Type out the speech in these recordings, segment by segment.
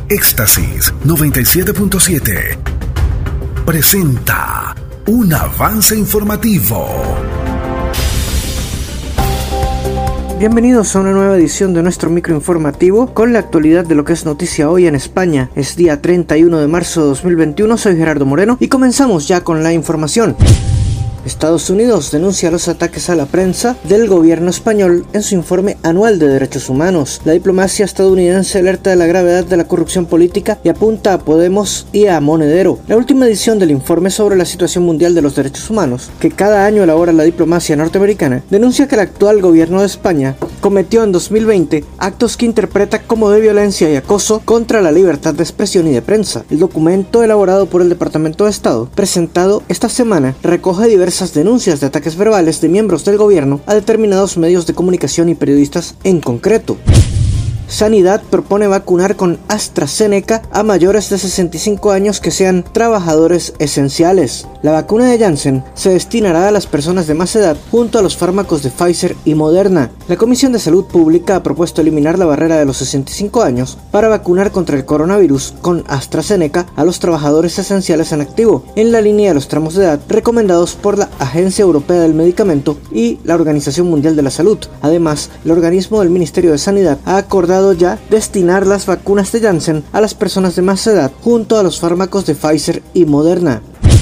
Éxtasis 97.7 presenta un avance informativo. Bienvenidos a una nueva edición de nuestro microinformativo con la actualidad de lo que es noticia hoy en España. Es día 31 de marzo de 2021, soy Gerardo Moreno y comenzamos ya con la información. Estados Unidos denuncia los ataques a la prensa del gobierno español en su informe anual de derechos humanos. La diplomacia estadounidense alerta de la gravedad de la corrupción política y apunta a Podemos y a Monedero. La última edición del informe sobre la situación mundial de los derechos humanos, que cada año elabora la diplomacia norteamericana, denuncia que el actual gobierno de España cometió en 2020 actos que interpreta como de violencia y acoso contra la libertad de expresión y de prensa. El documento elaborado por el Departamento de Estado, presentado esta semana, recoge diversas denuncias de ataques verbales de miembros del gobierno a determinados medios de comunicación y periodistas en concreto. Sanidad propone vacunar con AstraZeneca a mayores de 65 años que sean trabajadores esenciales. La vacuna de Janssen se destinará a las personas de más edad junto a los fármacos de Pfizer y Moderna. La Comisión de Salud Pública ha propuesto eliminar la barrera de los 65 años para vacunar contra el coronavirus con AstraZeneca a los trabajadores esenciales en activo, en la línea de los tramos de edad recomendados por la Agencia Europea del Medicamento y la Organización Mundial de la Salud. Además, el organismo del Ministerio de Sanidad ha acordado ya destinar las vacunas de Janssen a las personas de más edad junto a los fármacos de Pfizer y Moderna.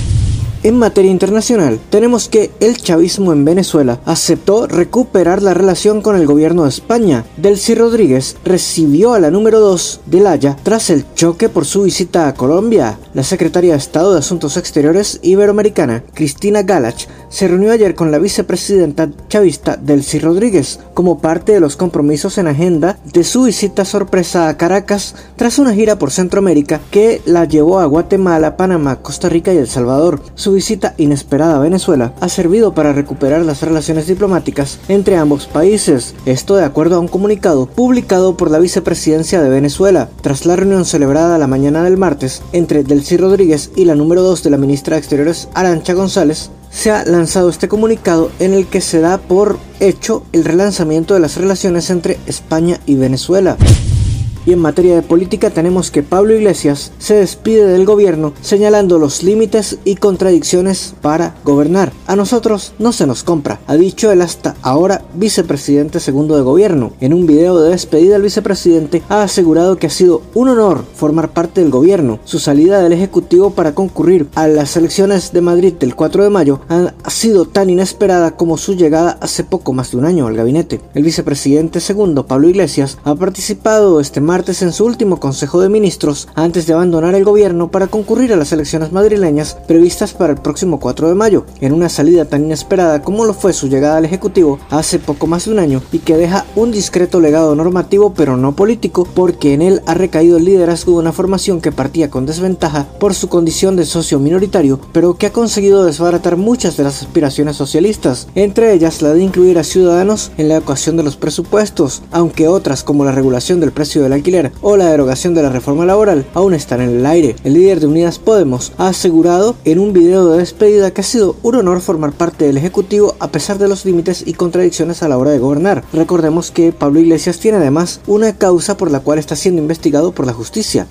En materia internacional, tenemos que el chavismo en Venezuela aceptó recuperar la relación con el gobierno de España. Delcy Rodríguez recibió a la número 2 de La Haya tras el choque por su visita a Colombia. La secretaria de Estado de Asuntos Exteriores iberoamericana, Cristina Galach, se reunió ayer con la vicepresidenta chavista Delcy Rodríguez como parte de los compromisos en agenda de su visita sorpresa a Caracas tras una gira por Centroamérica que la llevó a Guatemala, Panamá, Costa Rica y El Salvador. Su visita inesperada a Venezuela ha servido para recuperar las relaciones diplomáticas entre ambos países, esto de acuerdo a un comunicado publicado por la vicepresidencia de Venezuela. Tras la reunión celebrada la mañana del martes entre Delcy Rodríguez y la número 2 de la ministra de Exteriores, Arantxa González, se ha lanzado este comunicado en el que se da por hecho el relanzamiento de las relaciones entre España y Venezuela. Y en materia de política tenemos que Pablo Iglesias se despide del gobierno señalando los límites y contradicciones para gobernar. A nosotros no se nos compra, ha dicho el hasta ahora vicepresidente segundo de gobierno. En un video de despedida, el vicepresidente ha asegurado que ha sido un honor formar parte del gobierno. Su salida del ejecutivo para concurrir a las elecciones de Madrid del 4 de mayo ha sido tan inesperada como su llegada hace poco más de un año al gabinete. El vicepresidente segundo, Pablo Iglesias, ha participado este martes en su último Consejo de Ministros antes de abandonar el gobierno para concurrir a las elecciones madrileñas previstas para el próximo 4 de mayo, en una salida tan inesperada como lo fue su llegada al Ejecutivo hace poco más de un año y que deja un discreto legado normativo pero no político, porque en él ha recaído el liderazgo de una formación que partía con desventaja por su condición de socio minoritario, pero que ha conseguido desbaratar muchas de las aspiraciones socialistas, entre ellas la de incluir a Ciudadanos en la ecuación de los presupuestos, aunque otras como la regulación del precio del alquiler o la derogación de la reforma laboral aún están en el aire. El líder de Unidas Podemos ha asegurado en un video de despedida que ha sido un honor formar parte del Ejecutivo a pesar de los límites y contradicciones a la hora de gobernar. Recordemos que Pablo Iglesias tiene además una causa por la cual está siendo investigado por la justicia.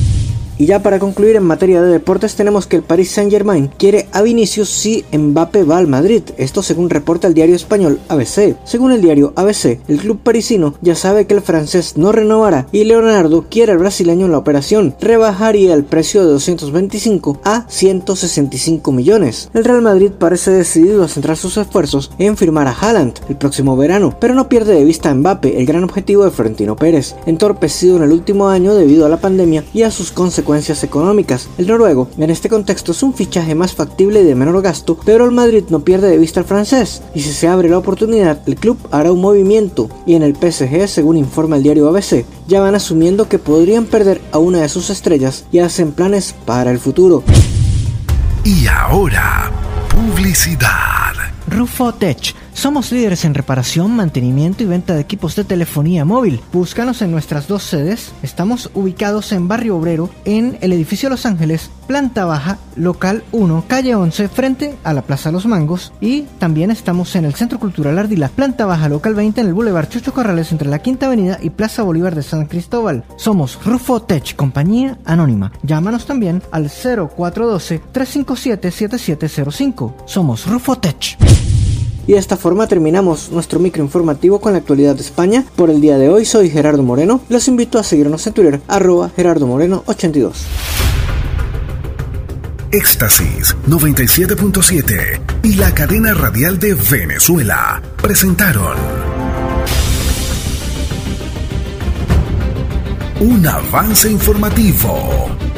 Y ya para concluir en materia de deportes tenemos que el Paris Saint-Germain quiere a Vinicius si Mbappé va al Madrid, esto según reporta el diario español ABC. Según el diario ABC, el club parisino ya sabe que el francés no renovará y Leonardo quiere al brasileño en la operación, rebajaría el precio de 225 a 165 millones. El Real Madrid parece decidido a centrar sus esfuerzos en firmar a Haaland el próximo verano, pero no pierde de vista a Mbappé, el gran objetivo de Florentino Pérez, entorpecido en el último año debido a la pandemia y a sus consecuencias económicas. El noruego en este contexto es un fichaje más factible y de menor gasto, pero el Madrid no pierde de vista al francés y si se abre la oportunidad el club hará un movimiento. Y en el PSG, según informa el diario ABC, ya van asumiendo que podrían perder a una de sus estrellas y hacen planes para el futuro. Y ahora, publicidad. Rufotech, Somos líderes en reparación, mantenimiento y venta de equipos de telefonía móvil. Búscanos en nuestras 2 sedes. Estamos ubicados en Barrio Obrero, en el edificio Los Ángeles, planta baja, local 1, calle 11, frente a la Plaza Los Mangos. Y también estamos en el Centro Cultural Ardila, planta baja, local 20, en el Boulevard Chucho Corrales, entre la Quinta Avenida y Plaza Bolívar de San Cristóbal. Somos Rufo Tech, compañía anónima. Llámanos también al 0412-357-7705. Somos Rufo Tech. Y de esta forma terminamos nuestro microinformativo con la actualidad de España. Por el día de hoy soy Gerardo Moreno. Los invito a seguirnos en Twitter, @GerardoMoreno82. Éxtasis 97.7 y la cadena radial de Venezuela presentaron un avance informativo.